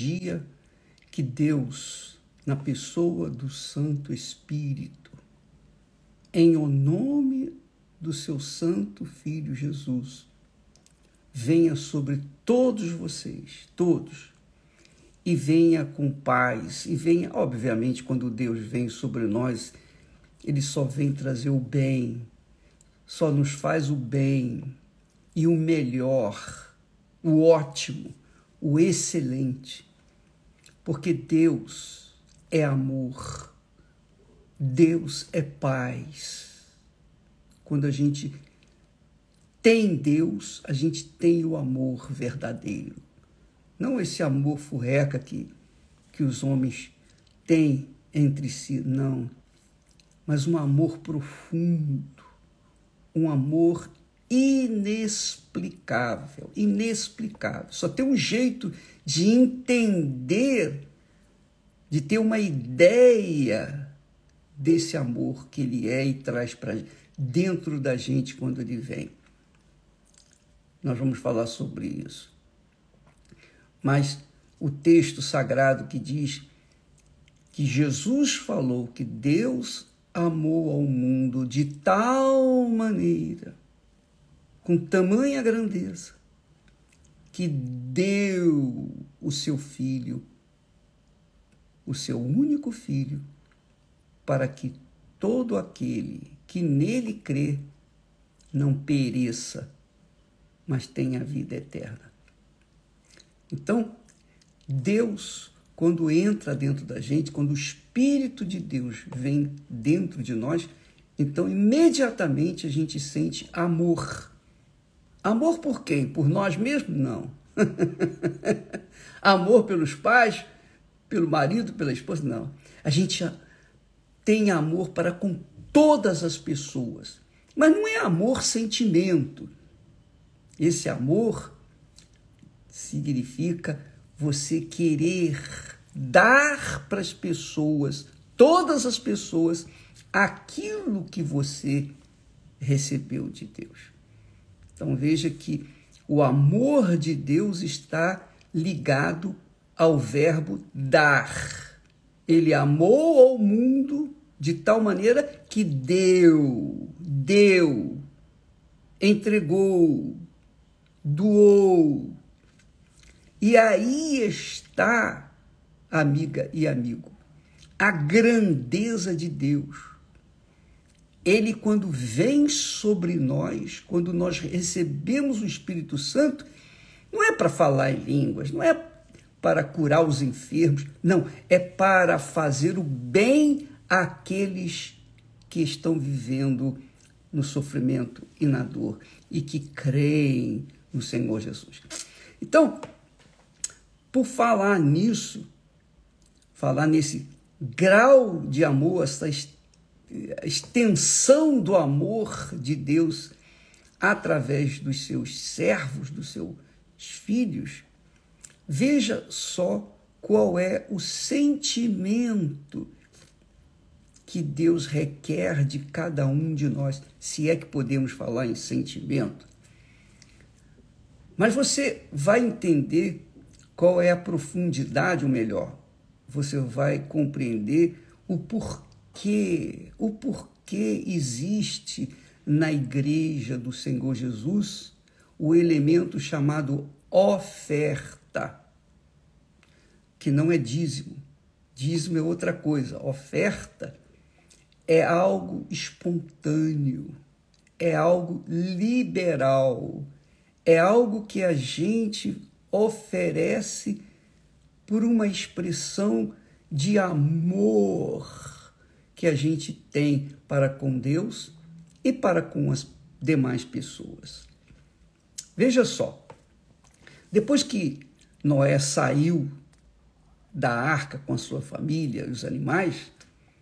dia que Deus, na pessoa do Santo Espírito, em o nome do seu Santo Filho Jesus, venha sobre todos vocês, todos, e venha com paz, e venha, obviamente, quando Deus vem sobre nós, Ele só vem trazer o bem, só nos faz o bem e o melhor, o ótimo, o excelente, porque Deus é amor, Deus é paz. Quando a gente tem Deus, a gente tem o amor verdadeiro. Não esse amor furreca que os homens têm entre si, não. Mas um amor profundo, um amor inexplicável, inexplicável. Só tem um jeito de entender, de ter uma ideia desse amor que Ele é e traz para dentro da gente quando Ele vem. Nós vamos falar sobre isso. Mas o texto sagrado que diz que Jesus falou que Deus amou ao mundo de tal maneira, com tamanha grandeza, que deu o seu Filho, o seu único Filho, para que todo aquele que nele crê não pereça, mas tenha vida eterna. Então, Deus, quando entra dentro da gente, quando o Espírito de Deus vem dentro de nós, então imediatamente a gente sente amor. Amor por quem? Por nós mesmos? Não. Amor pelos pais, pelo marido, pela esposa? Não. A gente tem amor para com todas as pessoas. Mas não é amor sentimento. Esse amor significa você querer dar para as pessoas, todas as pessoas, aquilo que você recebeu de Deus. Então veja que o amor de Deus está ligado ao verbo dar. Ele amou ao mundo de tal maneira que deu, entregou, doou. E aí está, amiga e amigo, a grandeza de Deus. Ele, quando vem sobre nós, quando nós recebemos o Espírito Santo, não é para falar em línguas, não é para curar os enfermos, não, é para fazer o bem àqueles que estão vivendo no sofrimento e na dor e que creem no Senhor Jesus. Então, por falar nisso, falar nesse grau de amor, essa extensão do amor de Deus através dos seus servos, dos seus filhos, veja só qual é o sentimento que Deus requer de cada um de nós, se é que podemos falar em sentimento. Mas você vai entender qual é a profundidade, ou melhor, você vai compreender o porquê existe na igreja do Senhor Jesus o elemento chamado oferta, que não é dízimo. Dízimo é outra coisa. Oferta é algo espontâneo, é algo liberal, é algo que a gente oferece por uma expressão de amor que a gente tem para com Deus e para com as demais pessoas. Veja só, depois que Noé saiu da arca com a sua família e os animais,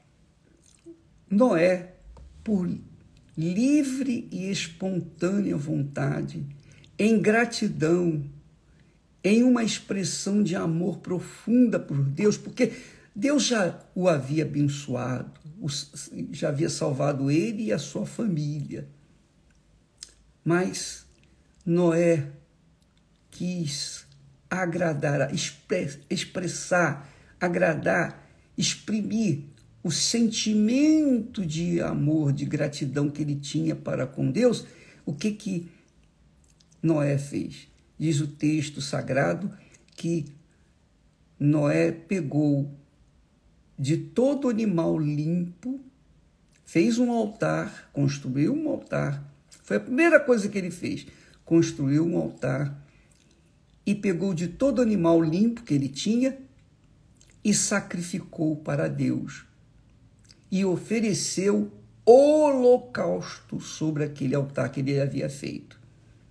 Noé, por livre e espontânea vontade, em gratidão, em uma expressão de amor profunda por Deus, porque Deus já o havia abençoado, já havia salvado ele e a sua família. Mas Noé quis agradar, expressar, agradar, exprimir o sentimento de amor, de gratidão que ele tinha para com Deus, o que Noé fez? Diz o texto sagrado que Noé pegou de todo animal limpo, fez um altar, construiu um altar. Foi a primeira coisa que ele fez. Construiu um altar e pegou de todo animal limpo que ele tinha e sacrificou para Deus. E ofereceu holocausto sobre aquele altar que ele havia feito.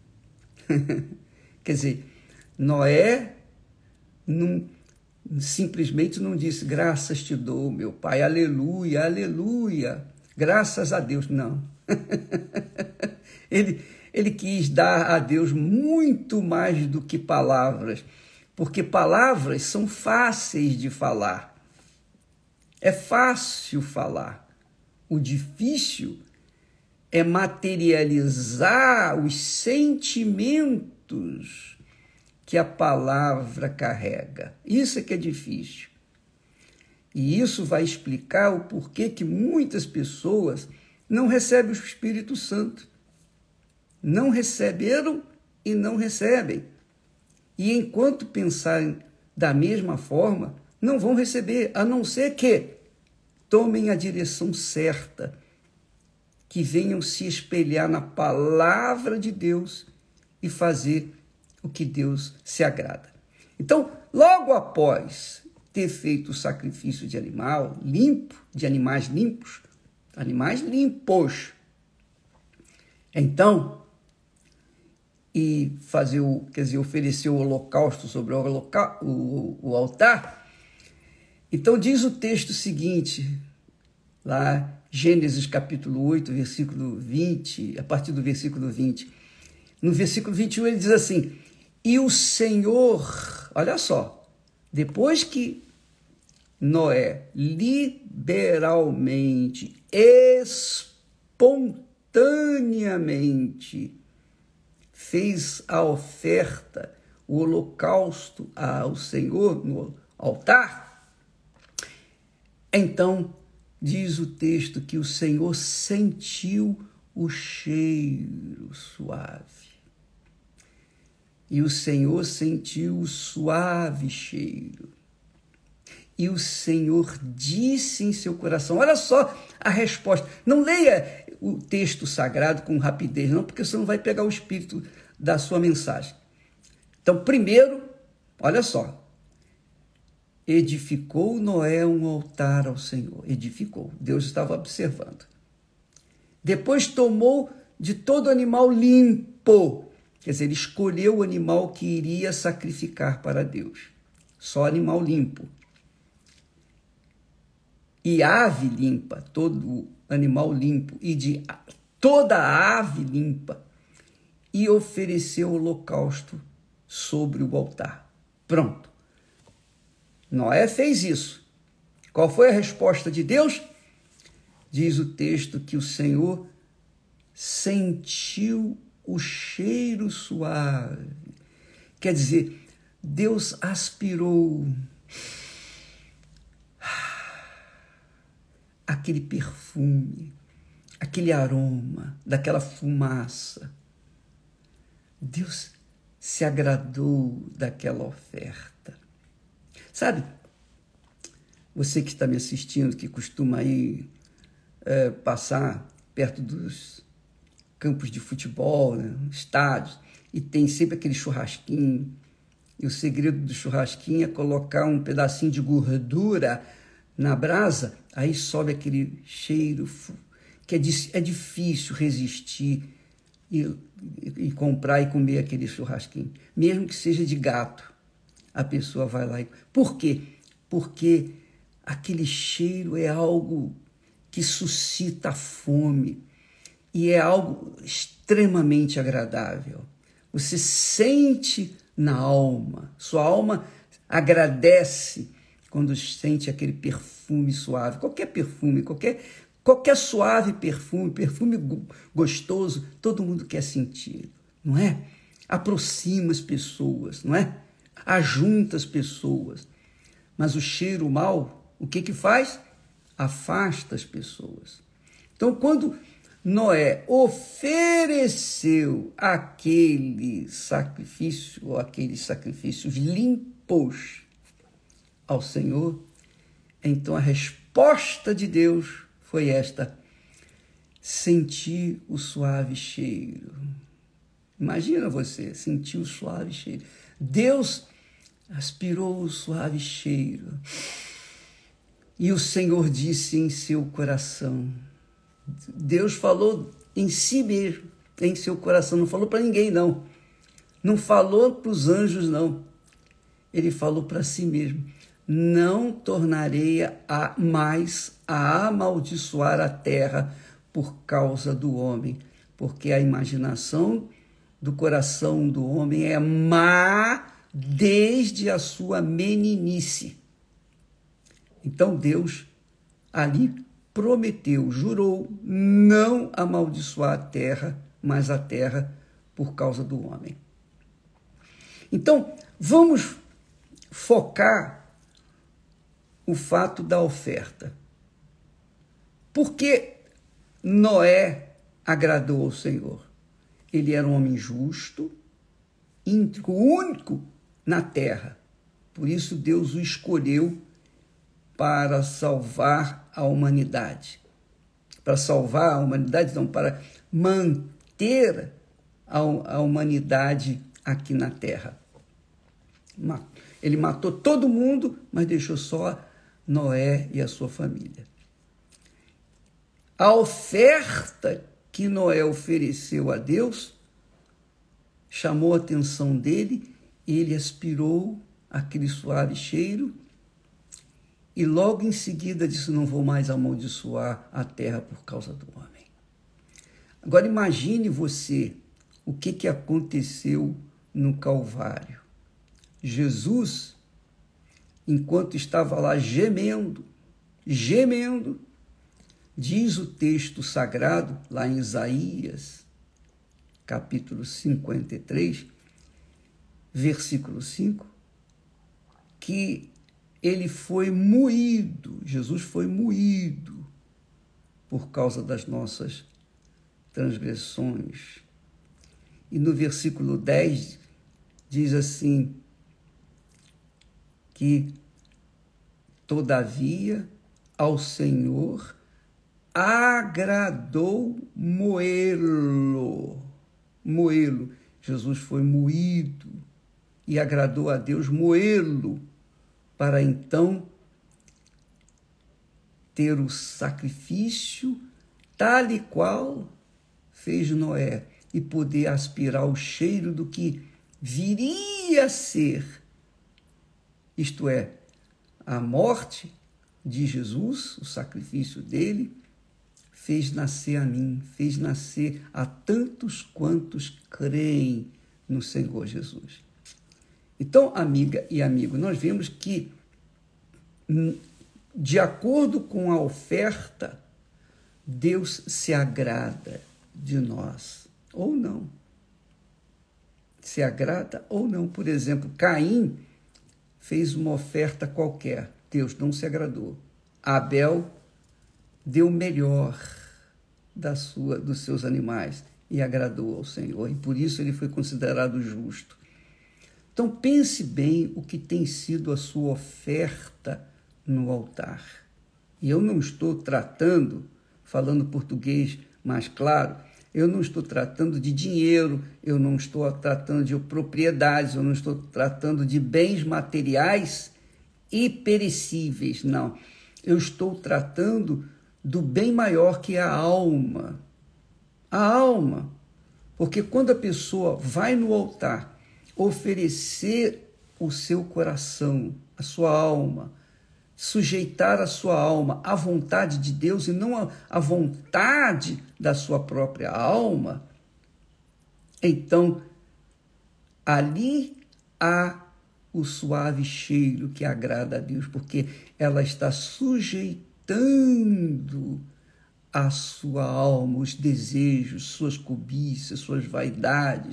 Quer dizer, Noé simplesmente não disse, graças te dou, meu pai, aleluia, aleluia, graças a Deus. Não. Ele quis dar a Deus muito mais do que palavras, porque palavras são fáceis de falar. É fácil falar. O difícil é materializar os sentimentos que a palavra carrega. Isso é que é difícil. E isso vai explicar o porquê que muitas pessoas não recebem o Espírito Santo. Não receberam e não recebem. E enquanto pensarem da mesma forma, não vão receber, a não ser que tomem a direção certa, que venham se espelhar na palavra de Deus e fazer o que Deus se agrada. Então, logo após ter feito o sacrifício de animal limpo, de animais limpos, então, e fazer oferecer o holocausto sobre o altar. Então diz o texto seguinte, lá Gênesis capítulo 8, versículo 20, a partir do versículo 20. No versículo 21 ele diz assim, e o Senhor, olha só, depois que Noé liberalmente, espontaneamente fez a oferta, o holocausto ao Senhor no altar, então diz o texto que o Senhor sentiu o cheiro suave. E o Senhor sentiu o suave cheiro. E o Senhor disse em seu coração, olha só a resposta. Não leia o texto sagrado com rapidez, não, porque você não vai pegar o espírito da sua mensagem. Então, primeiro, olha só. Edificou Noé um altar ao Senhor. Edificou. Deus estava observando. Depois tomou de todo animal limpo. Quer dizer, ele escolheu o animal que iria sacrificar para Deus. Só animal limpo. E ave limpa, todo animal limpo, e de toda ave limpa, e ofereceu holocausto sobre o altar. Pronto. Noé fez isso. Qual foi a resposta de Deus? Diz o texto que o Senhor sentiu o cheiro suave. Quer dizer, Deus aspirou aquele perfume, aquele aroma, daquela fumaça. Deus se agradou daquela oferta. Sabe, você que está me assistindo, que costuma ir passar perto dos campos de futebol, né, estádios, e tem sempre aquele churrasquinho, e o segredo do churrasquinho é colocar um pedacinho de gordura na brasa, aí sobe aquele cheiro que é difícil resistir e comprar e comer aquele churrasquinho, mesmo que seja de gato. A pessoa vai lá e... Por quê? Porque aquele cheiro é algo que suscita a fome e é algo extremamente agradável. Você sente na alma, sua alma agradece quando sente aquele perfume suave. Qualquer perfume, qualquer suave perfume gostoso, todo mundo quer sentir, não é? Aproxima as pessoas, não é? ajunta as pessoas. Mas o cheiro mau, o que faz? Afasta as pessoas. Então, quando Noé ofereceu aquele sacrifício, ou aqueles sacrifícios limpos ao Senhor, então a resposta de Deus foi esta: sentir o suave cheiro. Imagina você sentir o suave cheiro. Deus aspirou o suave cheiro. E o Senhor disse em seu coração. Deus falou em si mesmo, em seu coração. Não falou para ninguém, não. Não falou para os anjos, não. Ele falou para si mesmo: não tornarei mais a amaldiçoar a terra por causa do homem, porque a imaginação do coração do homem é má desde a sua meninice. Então Deus ali prometeu, jurou não amaldiçoar a terra, mas a terra por causa do homem. Então, vamos focar o fato da oferta. Por que Noé agradou ao Senhor? Ele era um homem justo, íntegro, único na terra. Por isso Deus o escolheu para salvar a humanidade. Para salvar a humanidade, não, para manter a humanidade aqui na terra. Ele matou todo mundo, mas deixou só Noé e a sua família. A oferta que Noé ofereceu a Deus chamou a atenção dele, ele aspirou aquele suave cheiro e logo em seguida disse: não vou mais amaldiçoar a terra por causa do homem. Agora imagine você o que aconteceu no Calvário. Jesus, enquanto estava lá gemendo, diz o texto sagrado, lá em Isaías, capítulo 53, versículo 5, que ele foi moído, Jesus foi moído por causa das nossas transgressões. E no versículo 10 diz assim, que todavia ao Senhor agradou moê-lo. Jesus foi moído e agradou a Deus moê-lo, para então ter o sacrifício tal e qual fez Noé e poder aspirar o cheiro do que viria a ser, isto é, a morte de Jesus, o sacrifício dele, fez nascer a mim, fez nascer a tantos quantos creem no Senhor Jesus. Então, amiga e amigo, nós vemos que, de acordo com a oferta, Deus se agrada de nós, ou não. Se agrada ou não. Por exemplo, Caim fez uma oferta qualquer, Deus não se agradou. Abel deu o melhor dos seus animais e agradou ao Senhor, e por isso ele foi considerado justo. Então pense bem o que tem sido a sua oferta no altar. E eu não estou tratando, falando português mais claro, eu não estou tratando de dinheiro, eu não estou tratando de propriedades, eu não estou tratando de bens materiais e perecíveis, não. Eu estou tratando do bem maior que é a alma. A alma. Porque quando a pessoa vai no altar oferecer o seu coração, a sua alma, sujeitar a sua alma à vontade de Deus e não à vontade da sua própria alma, então ali há o suave cheiro que agrada a Deus, porque ela está sujeitando a sua alma, os desejos, suas cobiças, suas vaidades,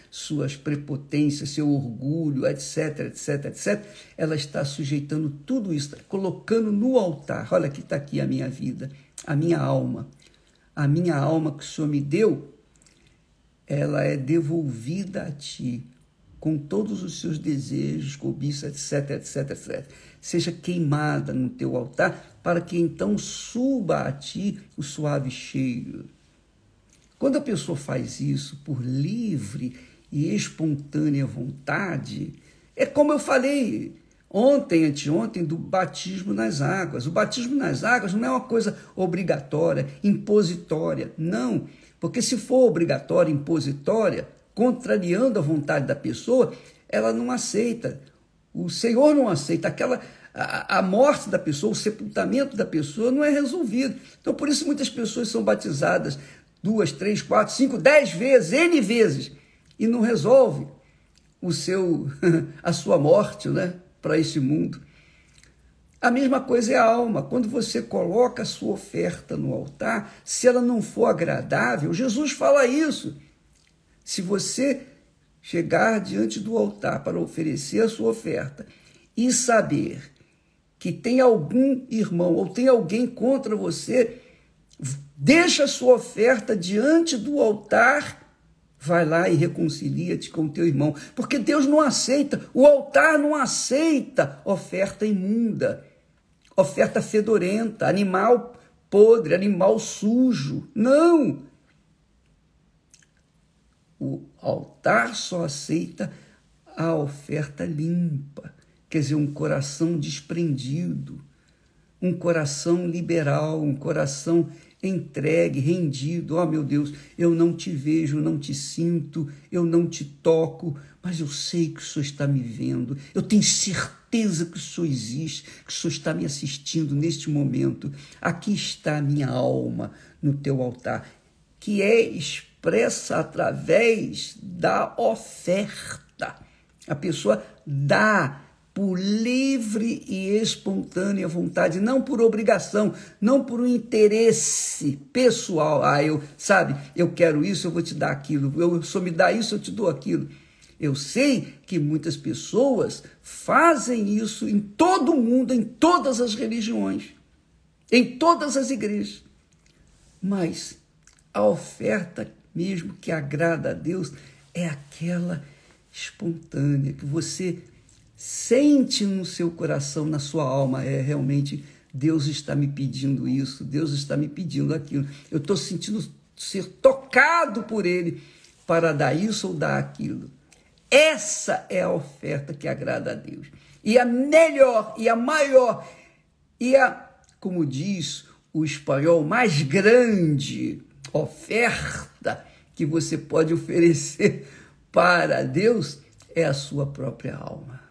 suas prepotências, seu orgulho, etc, etc, etc, ela está sujeitando tudo isso, colocando no altar. Olha, aqui está aqui a minha vida, a minha alma que o Senhor me deu, ela é devolvida a ti, com todos os seus desejos, cobiças, etc, etc, etc. Seja queimada no teu altar, para que então suba a ti o suave cheiro. Quando a pessoa faz isso por livre e espontânea vontade, é como eu falei ontem, anteontem, do batismo nas águas. O batismo nas águas não é uma coisa obrigatória, impositória, não. Porque se for obrigatória, impositória, contrariando a vontade da pessoa, ela não aceita. O Senhor não aceita. A morte da pessoa, o sepultamento da pessoa não é resolvido. Então, por isso, muitas pessoas são batizadas 2, 3, 4, 5, 10 vezes, N vezes, e não resolve a sua morte, né, para este mundo. A mesma coisa é a alma. Quando você coloca a sua oferta no altar, se ela não for agradável, Jesus fala isso. Se você chegar diante do altar para oferecer a sua oferta e saber que tem algum irmão ou tem alguém contra você, deixa a sua oferta diante do altar, vai lá e reconcilia-te com o teu irmão, porque Deus não aceita, o altar não aceita oferta imunda, oferta fedorenta, animal podre, animal sujo, não. O altar só aceita a oferta limpa, quer dizer, um coração desprendido, um coração liberal, um coração entregue, rendido. Oh, meu Deus, eu não te vejo, não te sinto, eu não te toco, mas eu sei que o Senhor está me vendo, eu tenho certeza que o Senhor existe, que o Senhor está me assistindo neste momento. Aqui está a minha alma no teu altar, que é expressa através da oferta. A pessoa dá por livre e espontânea vontade, não por obrigação, não por um interesse pessoal. Eu quero isso, eu vou te dar aquilo. O Senhor me dá isso, eu te dou aquilo. Eu sei que muitas pessoas fazem isso em todo o mundo, em todas as religiões, em todas as igrejas. Mas a oferta mesmo que agrada a Deus é aquela espontânea, que você sente no seu coração, na sua alma, realmente Deus está me pedindo isso, Deus está me pedindo aquilo, eu estou sentindo ser tocado por Ele para dar isso ou dar aquilo. Essa é a oferta que agrada a Deus. E a melhor, e a maior, e como diz o espanhol, mais grande oferta que você pode oferecer para Deus é a sua própria alma.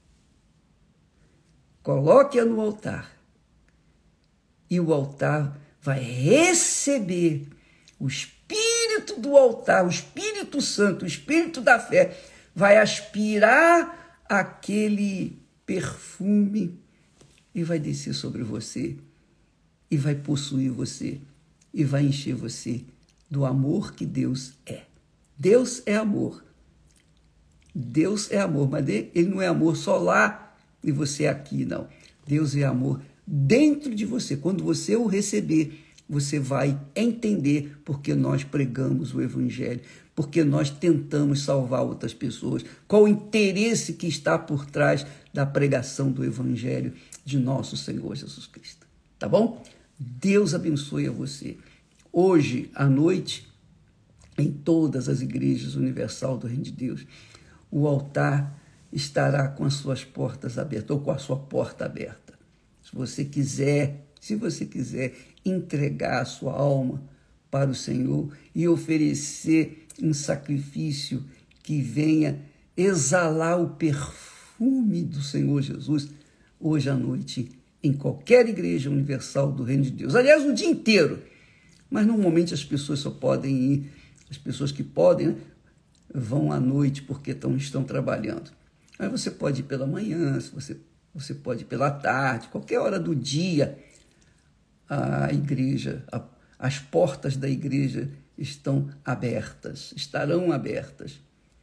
Coloque-a no altar e o altar vai receber o Espírito do altar, o Espírito Santo, o Espírito da fé, vai aspirar aquele perfume e vai descer sobre você e vai possuir você e vai encher você do amor que Deus é. Deus é amor. Deus é amor, mas Ele não é amor só lá e você aqui, não. Deus é amor dentro de você. Quando você o receber, você vai entender porque nós pregamos o Evangelho, porque nós tentamos salvar outras pessoas, qual o interesse que está por trás da pregação do Evangelho de nosso Senhor Jesus Cristo. Tá bom? Deus abençoe a você. Hoje à noite, em todas as igrejas universal do Reino de Deus, o altar estará com as suas portas abertas, ou com a sua porta aberta. Se você quiser entregar a sua alma para o Senhor e oferecer um sacrifício que venha exalar o perfume do Senhor Jesus, hoje à noite, em qualquer igreja universal do Reino de Deus. Aliás, o dia inteiro. Mas normalmente as pessoas só podem ir, as pessoas que podem, né, vão à noite porque estão trabalhando. Aí você pode ir pela manhã, você pode ir pela tarde, qualquer hora do dia. A igreja, as portas da igreja estão abertas, estarão abertas.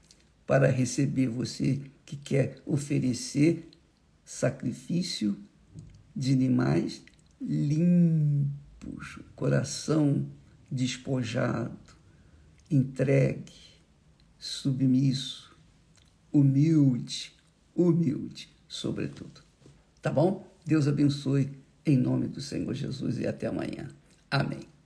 para receber você que quer oferecer sacrifício de animais limpos, coração despojado, entregue, submisso, humilde, sobretudo. Tá bom? Deus abençoe em nome do Senhor Jesus e até amanhã. Amém.